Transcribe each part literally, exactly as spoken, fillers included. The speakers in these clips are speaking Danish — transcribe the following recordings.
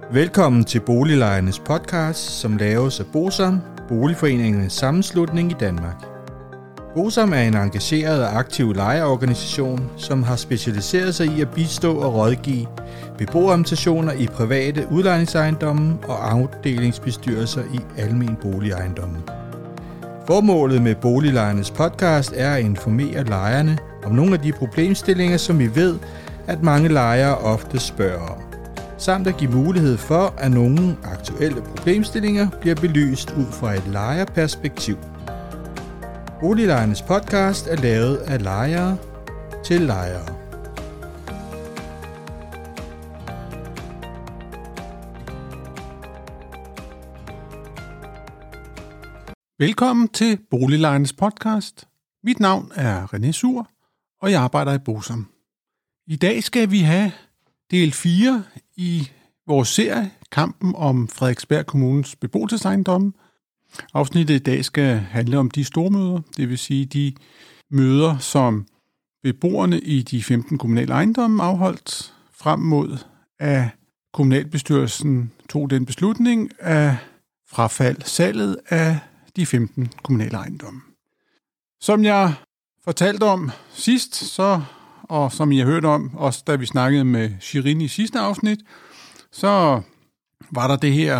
Velkommen til Boliglejernes podcast, som laves af BOSAM, Boligforeningernes Sammenslutning i Danmark. BOSAM er en engageret og aktiv lejerorganisation, som har specialiseret sig i at bistå og rådgive beboerorganisationer i private udlejningsejendomme og afdelingsbestyrelser i almen boligejendomme. Formålet med Boliglejernes podcast er at informere lejerne om nogle af de problemstillinger, som vi ved, at mange lejere ofte spørger om, samt at give mulighed for, at nogle aktuelle problemstillinger bliver belyst ud fra et lejerperspektiv. Boliglejernes podcast er lavet af lejere til lejere. Velkommen til Boliglejernes podcast. Mit navn er René Sur, og jeg arbejder i BOSAM. I dag skal vi have del fire i vores serie, Kampen om Frederiksberg Kommunes beboelsesejendomme. Afsnittet i dag skal handle om de stormøder, det vil sige de møder, som beboerne i de femten kommunale ejendomme afholdt frem mod, at kommunalbestyrelsen tog den beslutning at frafalde salget af de femten kommunale ejendomme. Som jeg fortalte om sidst, så, og som I har hørt om, også da vi snakkede med Shirin i sidste afsnit, så var der det her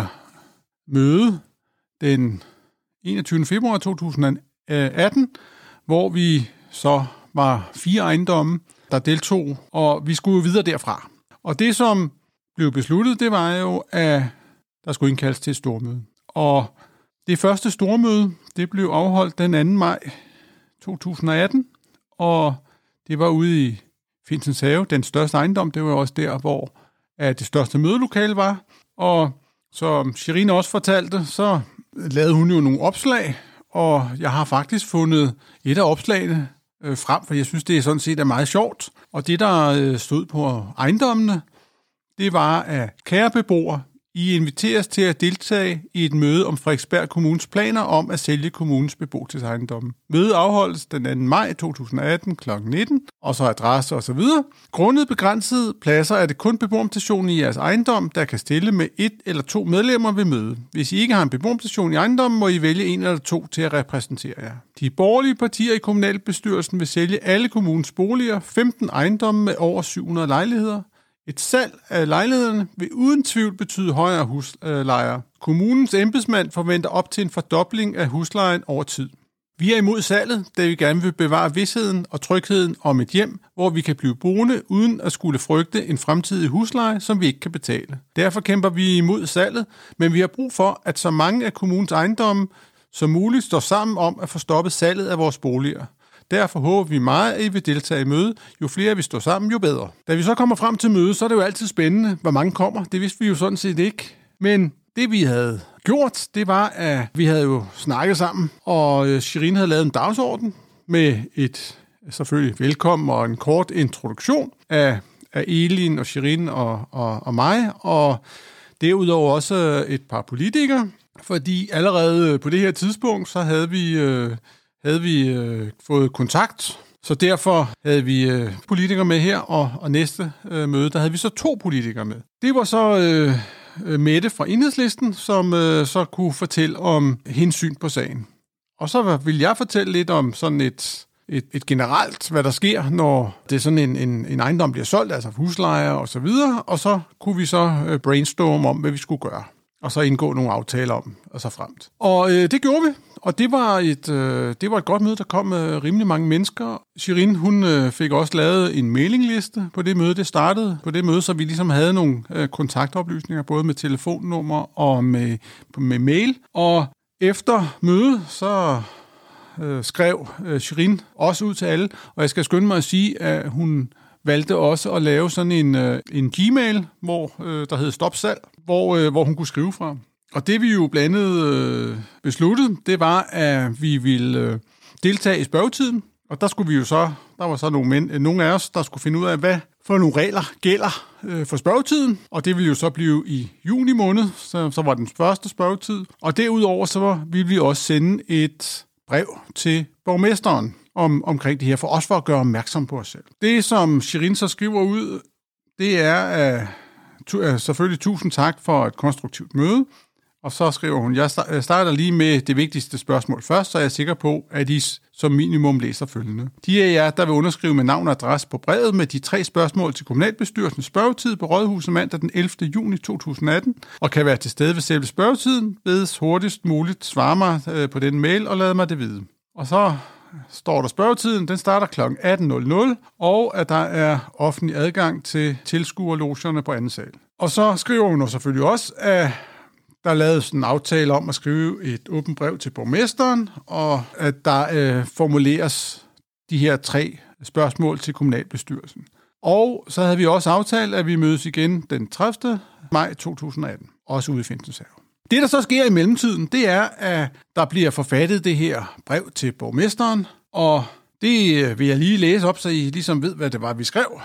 møde den enogtyvende februar to tusind atten, hvor vi så var fire ejendomme, der deltog, og vi skulle videre derfra. Og det, som blev besluttet, det var jo, at der skulle indkaldes til et stormøde. Og det første stormøde, det blev afholdt den anden maj to tusind atten, og det var ude i Finsens Have, den største ejendom. Det var også der, hvor det største mødelokale var. Og som Shirin også fortalte, så lavede hun jo nogle opslag, og jeg har faktisk fundet et af opslagene øh, frem, for jeg synes, det er sådan set er meget sjovt. Og det, der øh, stod på ejendommene, det var, at kære beboere, I inviteres til at deltage i et møde om Frederiksberg Kommunes planer om at sælge kommunens beboelsesejendomme. Mødet afholdes den anden maj to tusind atten klokken nitten, og så adresse og så videre. Grundet begrænsede pladser er det kun beboerstationen i jeres ejendom, der kan stille med et eller to medlemmer ved mødet. Hvis I ikke har en beboerstation i ejendommen, må I vælge en eller to til at repræsentere jer. De borgerlige partier i kommunalbestyrelsen vil sælge alle kommunens boliger, femten ejendomme med over syv hundrede lejligheder. Et salg af lejlighederne vil uden tvivl betyde højere huslejer. Kommunens embedsmand forventer op til en fordobling af huslejen over tid. Vi er imod salget, da vi gerne vil bevare visheden og trygheden om et hjem, hvor vi kan blive boende uden at skulle frygte en fremtidig husleje, som vi ikke kan betale. Derfor kæmper vi imod salget, men vi har brug for, at så mange af kommunens ejendomme som muligt står sammen om at få stoppet salget af vores boliger. Derfor håber vi meget, at I vil deltage i mødet. Jo flere vi står sammen, jo bedre. Da vi så kommer frem til mødet, så er det jo altid spændende, hvor mange kommer. Det vidste vi jo sådan set ikke. Men det vi havde gjort, det var, at vi havde jo snakket sammen, og Shirin havde lavet en dagsorden med et selvfølgelig velkommen og en kort introduktion af, af Elin og Shirin og, og, og mig, og derudover også et par politikere, fordi allerede på det her tidspunkt, så havde vi... Øh, havde vi øh, fået kontakt, så derfor havde vi øh, politikere med her, og, og næste øh, møde, der havde vi så to politikere med. Det var så øh, Mette fra Enhedslisten, som øh, så kunne fortælle om hendes syn på sagen. Og så vil jeg fortælle lidt om sådan et, et, et generelt, hvad der sker, når det sådan en, en, en ejendom bliver solgt, altså huslejer og så videre, og så kunne vi så øh, brainstorme om, hvad vi skulle gøre, og så indgå nogle aftaler om, og så fremt. Og øh, det gjorde vi. Og det var et øh, det var et godt møde, der kom øh, rimelig mange mennesker. Shirin, hun øh, fik også lavet en mailingliste på det møde. Det startede på det møde, så vi ligesom havde nogle øh, kontaktoplysninger, både med telefonnummer og med, med mail. Og efter mødet, så øh, skrev øh, Shirin også ud til alle. Og jeg skal skynde mig at sige, at hun valgte også at lave sådan en, øh, en Gmail, hvor øh, der hed Stopsalg, hvor, øh, hvor hun kunne skrive fra. Og det vi jo blandt andet øh, besluttede, det var, at vi ville øh, deltage i spørgetiden. Og der skulle vi jo så, der var så nogle, mænd, nogle af os, der skulle finde ud af, hvad for nogle regler gælder øh, for spørgetiden. Og det ville jo så blive i juni måned, så, så var den første spørgetid. Og derudover så ville vi også sende et brev til borgmesteren om, omkring det her, for også for at gøre opmærksom på os selv. Det, som Shirin så skriver ud, det er, at tu- selvfølgelig tusind tak for et konstruktivt møde. Og så skriver hun, jeg starter lige med det vigtigste spørgsmål først, så jeg er sikker på, at I som minimum læser følgende. De af jer, der vil underskrive med navn og adresse på brevet med de tre spørgsmål til kommunalbestyrelsens spørgetid på Rådhuset mandag den ellevte juni to tusind atten, og kan være til stede ved selve spørgetiden, bedes hurtigst muligt svare mig på den mail og lade mig det vide. Og så står der spørgetiden, den starter klokken atten nul nul, og at der er offentlig adgang til tilskuerlogerne på anden sal. Og så skriver hun selvfølgelig også, at der er lavet sådan en aftale om at skrive et åbent brev til borgmesteren, og at der øh, formuleres de her tre spørgsmål til kommunalbestyrelsen. Og så havde vi også aftalt, at vi mødes igen den tredivte maj to tusind atten, også ude i Finsens Have. Det, der så sker i mellemtiden, det er, at der bliver forfattet det her brev til borgmesteren, og det vil jeg lige læse op, så I ligesom ved, hvad det var, vi skrev.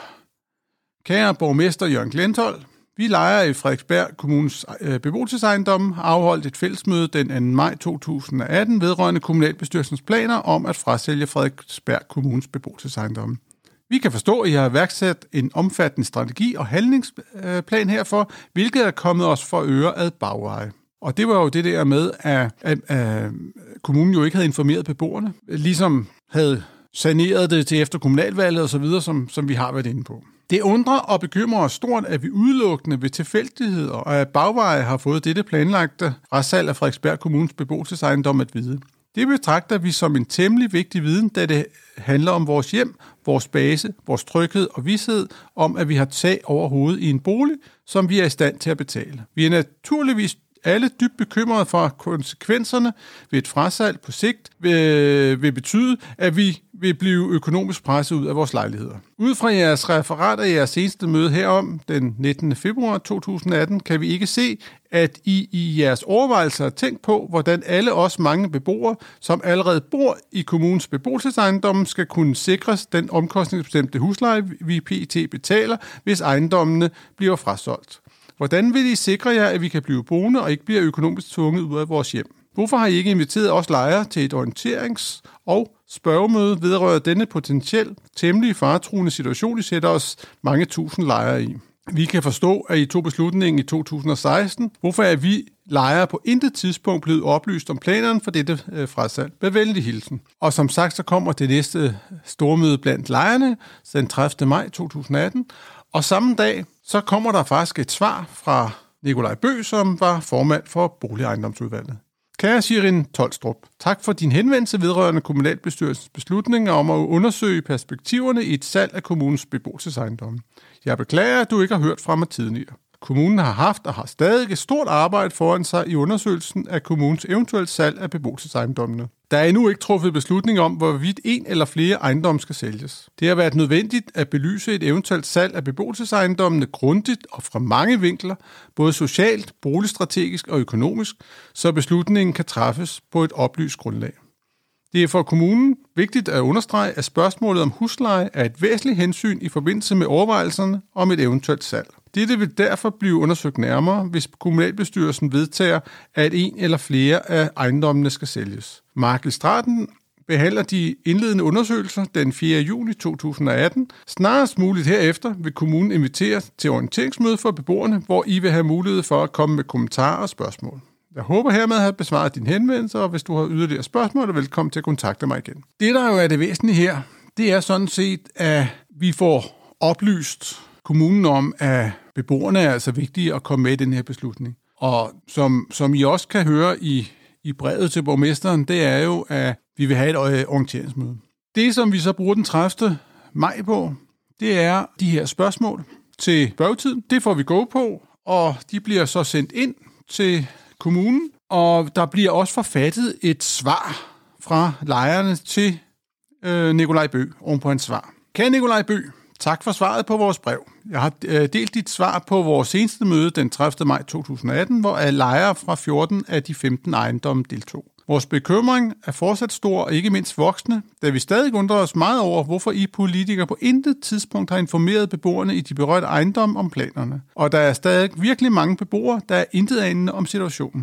Kære borgmester Jørgen Glentholdt, vi lejer i Frederiksberg Kommunes beboelsesejendom har afholdt et fællesmøde den anden maj to tusind atten vedrørende kommunalbestyrelsens planer om at frasælge Frederiksberg Kommunes beboelsesejendom. Vi kan forstå, at I har iværksat en omfattende strategi og handlingsplan herfor, hvilket er kommet os for øre ad bagveje. Og det var jo det der med, at, at, at kommunen jo ikke havde informeret beboerne, ligesom havde saneret det til efter kommunalvalget osv., som, som vi har været inde på. Det undrer og bekymrer os stort, at vi udelukkende ved tilfældigheder og at bagveje har fået dette planlagte retssalg af Frederiksberg Kommunes beboelsesejendom at vide. Det betragter vi som en temmelig vigtig viden, da det handler om vores hjem, vores base, vores tryghed og vished om, at vi har tag over hovedet i en bolig, som vi er i stand til at betale. Vi er naturligvis alle dybt bekymrede for konsekvenserne ved et frasalg på sigt vil, vil betyde, at vi vil blive økonomisk presset ud af vores lejligheder. Ud fra jeres referat af jeres seneste møde herom den nittende februar to tusind atten, kan vi ikke se, at I i jeres overvejelser har tænkt på, hvordan alle os mange beboere, som allerede bor i kommunens beboelsesejendomme, skal kunne sikres den omkostningsbestemte husleje, vi pt. Betaler, hvis ejendommene bliver frasolgt. Hvordan vil I sikre jer, at vi kan blive boende og ikke bliver økonomisk tvunget ud af vores hjem? Hvorfor har I ikke inviteret os lejere til et orienterings- og spørgemøde vedrørende denne potentielt temmelig faretruende situation, I sætter os mange tusind lejere i? Vi kan forstå, at I tog beslutningen i to tusind og seksten. Hvorfor er vi lejere på intet tidspunkt blevet oplyst om planerne for dette øh, frasalg? Med venlig hilsen. Og som sagt, så kommer det næste stormøde blandt lejerne den tredivte maj to tusind atten. Og samme dag, så kommer der faktisk et svar fra Nikolaj Bøgh, som var formand for Boligejendomsudvalget. Kære Shirin Tolstrup, tak for din henvendelse vedrørende kommunalbestyrelsens beslutninger om at undersøge perspektiverne i et salg af kommunens beboelsesejendomme. Jeg beklager, at du ikke har hørt fra mig tidligere. Kommunen har haft og har stadig et stort arbejde foran sig i undersøgelsen af kommunens eventuelt salg af beboelsesejendommene. Der er endnu ikke truffet beslutning om, hvorvidt en eller flere ejendomme skal sælges. Det har været nødvendigt at belyse et eventuelt salg af beboelsesejendommene grundigt og fra mange vinkler, både socialt, boligstrategisk og økonomisk, så beslutningen kan træffes på et oplyst grundlag. Det er for kommunen vigtigt at understrege, at spørgsmålet om husleje er et væsentligt hensyn i forbindelse med overvejelserne om et eventuelt salg. Dette vil derfor blive undersøgt nærmere, hvis kommunalbestyrelsen vedtager, at en eller flere af ejendommene skal sælges. Magistraten behandler de indledende undersøgelser den fjerde juni to tusind atten. Snarest muligt herefter vil kommunen invitere til orienteringsmøde for beboerne, hvor I vil have mulighed for at komme med kommentarer og spørgsmål. Jeg håber hermed at have besvaret din henvendelse, og hvis du har yderligere spørgsmål, er velkommen til at kontakte mig igen. Det, der jo er det væsentlige her, det er sådan set, at vi får oplyst kommunen om, at beboerne er altså vigtige at komme med i den her beslutning. Og som, som I også kan høre i, i brevet til borgmesteren, det er jo, at vi vil have et orienteringsmøde. Det, som vi så bruger den tredivte maj på, det er de her spørgsmål til spørgetiden. Det får vi gå på, og de bliver så sendt ind til kommunen, og der bliver også forfattet et svar fra lejerne til øh, Nikolaj Bøgh ovenpå hans svar. Kære Nikolaj Bøgh, tak for svaret på vores brev. Jeg har øh, delt dit svar på vores seneste møde den tredivte maj to tusind atten, hvor alle lejere fra fjorten af de femten ejendomme deltog. Vores bekymring er fortsat stor og ikke mindst voksende, da vi stadig undrer os meget over, hvorfor I politikere på intet tidspunkt har informeret beboerne i de berørte ejendomme om planerne. Og der er stadig virkelig mange beboere, der er intetanende om situationen.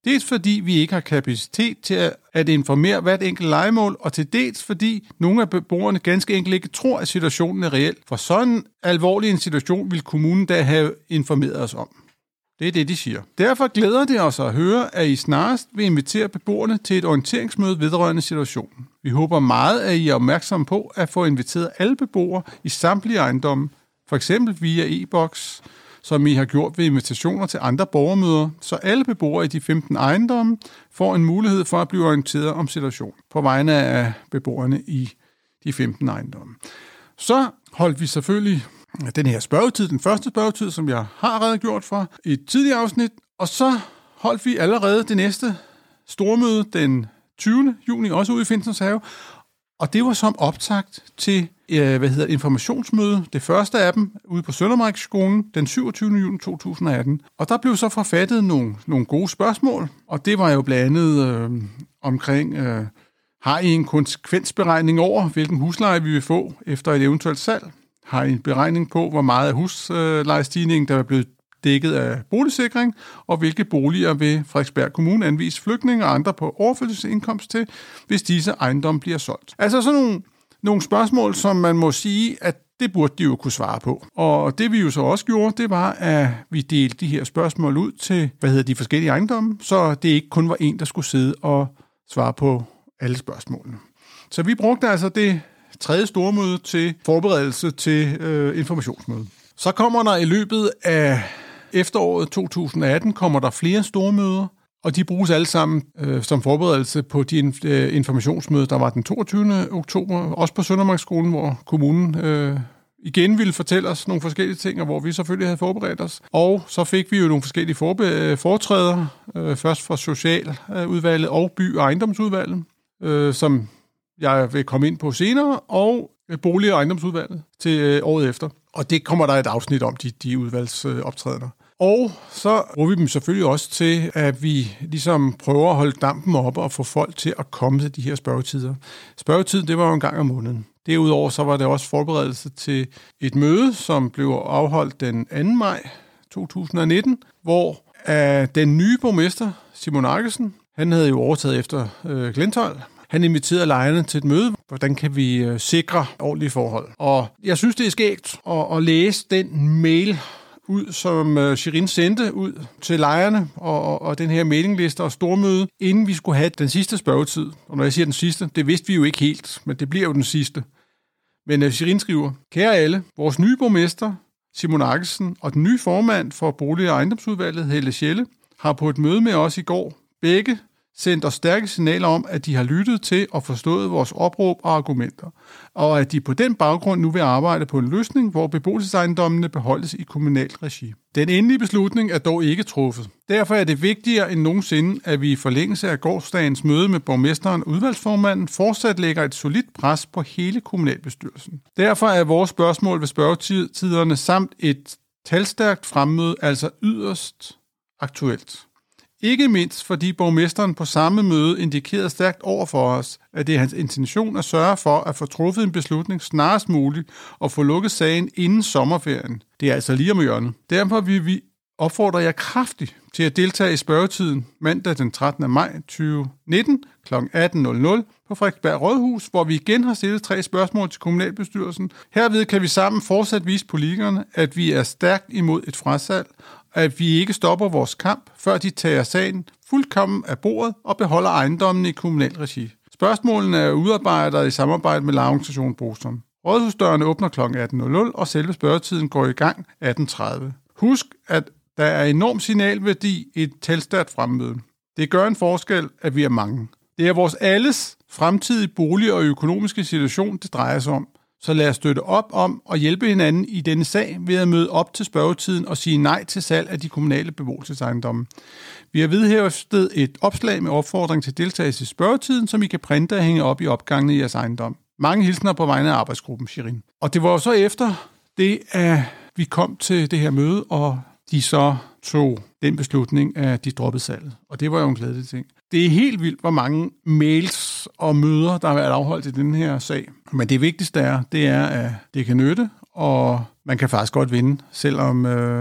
Dels fordi vi ikke har kapacitet til at informere hvert enkelt lejemål, og til dels fordi nogle af beboerne ganske enkelt ikke tror, at situationen er reel. For sådan alvorlig en situation vil kommunen da have informeret os om. Det er det, de siger. Derfor glæder det os at høre, at I snarest vil invitere beboerne til et orienteringsmøde vedrørende situationen. Vi håber meget, at I er opmærksomme på at få inviteret alle beboere i samtlige ejendomme, for eksempel via e-boks, som I har gjort ved invitationer til andre borgermøder, så alle beboere i de femten ejendomme får en mulighed for at blive orienteret om situationen på vegne af beboerne i de femten ejendomme. Så holdt vi selvfølgelig den her spørgetid, den første spørgetid, som jeg har redegjort for i et tidligere afsnit, og så holdt vi allerede det næste stormøde den tyvende juni, også ude i Findsens Have, og det var som optakt til hvad hedder informationsmøde, det første af dem, ude på Søndermarksskolen, den syvogtyvende juni to tusind og atten. Og der blev så forfattet nogle, nogle gode spørgsmål, og det var jo blandt andet øh, omkring, øh, har I en konsekvensberegning over, hvilken husleje vi vil få efter et eventuelt salg? Har I en beregning på, hvor meget af huslejestigningen, der er blevet dækket af boligsikring, og hvilke boliger vil Frederiksberg Kommune anvise flygtninge og andre på overførselsindkomst til, hvis disse ejendomme bliver solgt? Altså sådan nogle Nogle spørgsmål, som man må sige, at det burde de jo kunne svare på. Og det vi jo så også gjorde, det var, at vi delte de her spørgsmål ud til, hvad hedder de forskellige ejendomme, så det ikke kun var en, der skulle sidde og svare på alle spørgsmålene. Så vi brugte altså det tredje stormøde til forberedelse til øh, informationsmøde. Så kommer der i løbet af efteråret to tusind og atten, kommer der flere stormøder, og de bruges alle sammen øh, som forberedelse på de inf- øh, informationsmøder, der var den toogtyvende oktober, også på Søndermarksskolen, hvor kommunen øh, igen ville fortælle os nogle forskellige ting, og hvor vi selvfølgelig havde forberedt os. Og så fik vi jo nogle forskellige forbe- foretræder, øh, først fra Socialudvalget og By- og Ejendomsudvalget, øh, som jeg vil komme ind på senere, og Bolig- og Ejendomsudvalget til øh, året efter. Og det kommer der et afsnit om, de, de udvalgsoptrædener. Og så bruger vi dem selvfølgelig også til, at vi ligesom prøver at holde dampen oppe og få folk til at komme til de her spørgetider. Spørgetiden, det var jo en gang om måneden. Derudover så var det også forberedelse til et møde, som blev afholdt den anden maj to tusind og nitten, hvor uh, den nye borgmester, Simon Arkesen, han havde jo overtaget efter uh, Glentholm. Han inviterede lejerne til et møde. Hvordan kan vi uh, sikre ordentlige forhold? Og jeg synes, det er skægt at, at læse den mail ud, som uh, Shirin sendte ud til lejerne, og, og, og den her mailingliste og stormøde, inden vi skulle have den sidste spørgetid. Og når jeg siger den sidste, det vidste vi jo ikke helt, men det bliver jo den sidste. Men uh, Shirin skriver, kære alle, vores nye borgmester, Simon Arkesen, og den nye formand for Bolig- og Ejendomsudvalget, Helle Schelle, har på et møde med os i går begge sendt os stærke signaler om, at de har lyttet til og forstået vores opråb og argumenter, og at de på den baggrund nu vil arbejde på en løsning, hvor beboelsesejendommene beholdes i kommunalt regi. Den endelige beslutning er dog ikke truffet. Derfor er det vigtigere end nogensinde, at vi i forlængelse af gårsdagens møde med borgmesteren og udvalgsformanden fortsat lægger et solidt pres på hele kommunalbestyrelsen. Derfor er vores spørgsmål ved spørgetiderne samt et talstærkt fremmøde altså yderst aktuelt. Ikke mindst fordi borgmesteren på samme møde indikerede stærkt over for os, at det er hans intention at sørge for at få truffet en beslutning snarest muligt og få lukket sagen inden sommerferien. Det er altså lige om hjørnet. Derfor vil vi opfordre jer kraftigt til at deltage i spørgetiden mandag den trettende maj to tusind nitten kl. atten på Frederiksberg Rådhus, hvor vi igen har stillet tre spørgsmål til kommunalbestyrelsen. Herved kan vi sammen fortsat vise politikerne, at vi er stærkt imod et frasalg, at vi ikke stopper vores kamp, før de tager sagen fuldkommen af bordet og beholder ejendommen i kommunal regi. Spørgsmålene er udarbejdet i samarbejde med lejerorganisationen Bosom. Rådhusdørene åbner kl. atten, og selve spørgetiden går i gang atten tredive. Husk, at der er enorm signalværdi i et talstærkt fremmøde. Det gør en forskel, at vi er mange. Det er vores alles fremtidige bolig- og økonomiske situation, det drejer sig om. Så lad os støtte op om og hjælpe hinanden i denne sag ved at møde op til spørgetiden og sige nej til salg af de kommunale beboelsesejendomme. Vi har vedhæftet et opslag med opfordring til deltagelse i spørgetiden, som I kan printe og hænge op i opgangene i jeres ejendom. Mange hilsner på vegne af arbejdsgruppen, Shirin. Og det var så efter det, at vi kom til det her møde, og de så tog den beslutning, at de droppede salget. Og det var jo en glædelig ting. Det er helt vildt, hvor mange mails og møder, der har været afholdt i den her sag. Men det vigtigste er, det er, at det kan nytte, og man kan faktisk godt vinde, selvom øh,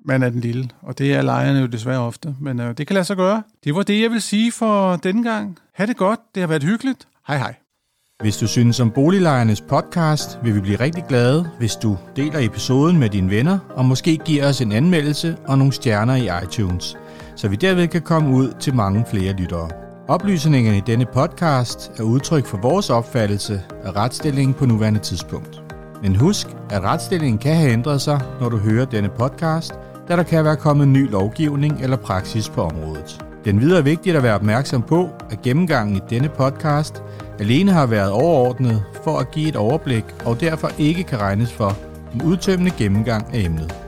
man er den lille, og det er lejerne jo desværre ofte, men øh, det kan lade sig gøre. Det var det, jeg vil sige for denne gang. Ha' det godt, det har været hyggeligt. Hej hej. Hvis du synes om Boliglejernes podcast, vil vi blive rigtig glade, hvis du deler episoden med dine venner, og måske giver os en anmeldelse og nogle stjerner i iTunes, så vi derved kan komme ud til mange flere lyttere. Oplysningerne i denne podcast er udtryk for vores opfattelse af retsstillingen på nuværende tidspunkt. Men husk, at retsstillingen kan have ændret sig, når du hører denne podcast, da der kan være kommet ny lovgivning eller praksis på området. Den videre er vigtigt at være opmærksom på, at gennemgangen i denne podcast alene har været overordnet for at give et overblik og derfor ikke kan regnes for en udtømmende gennemgang af emnet.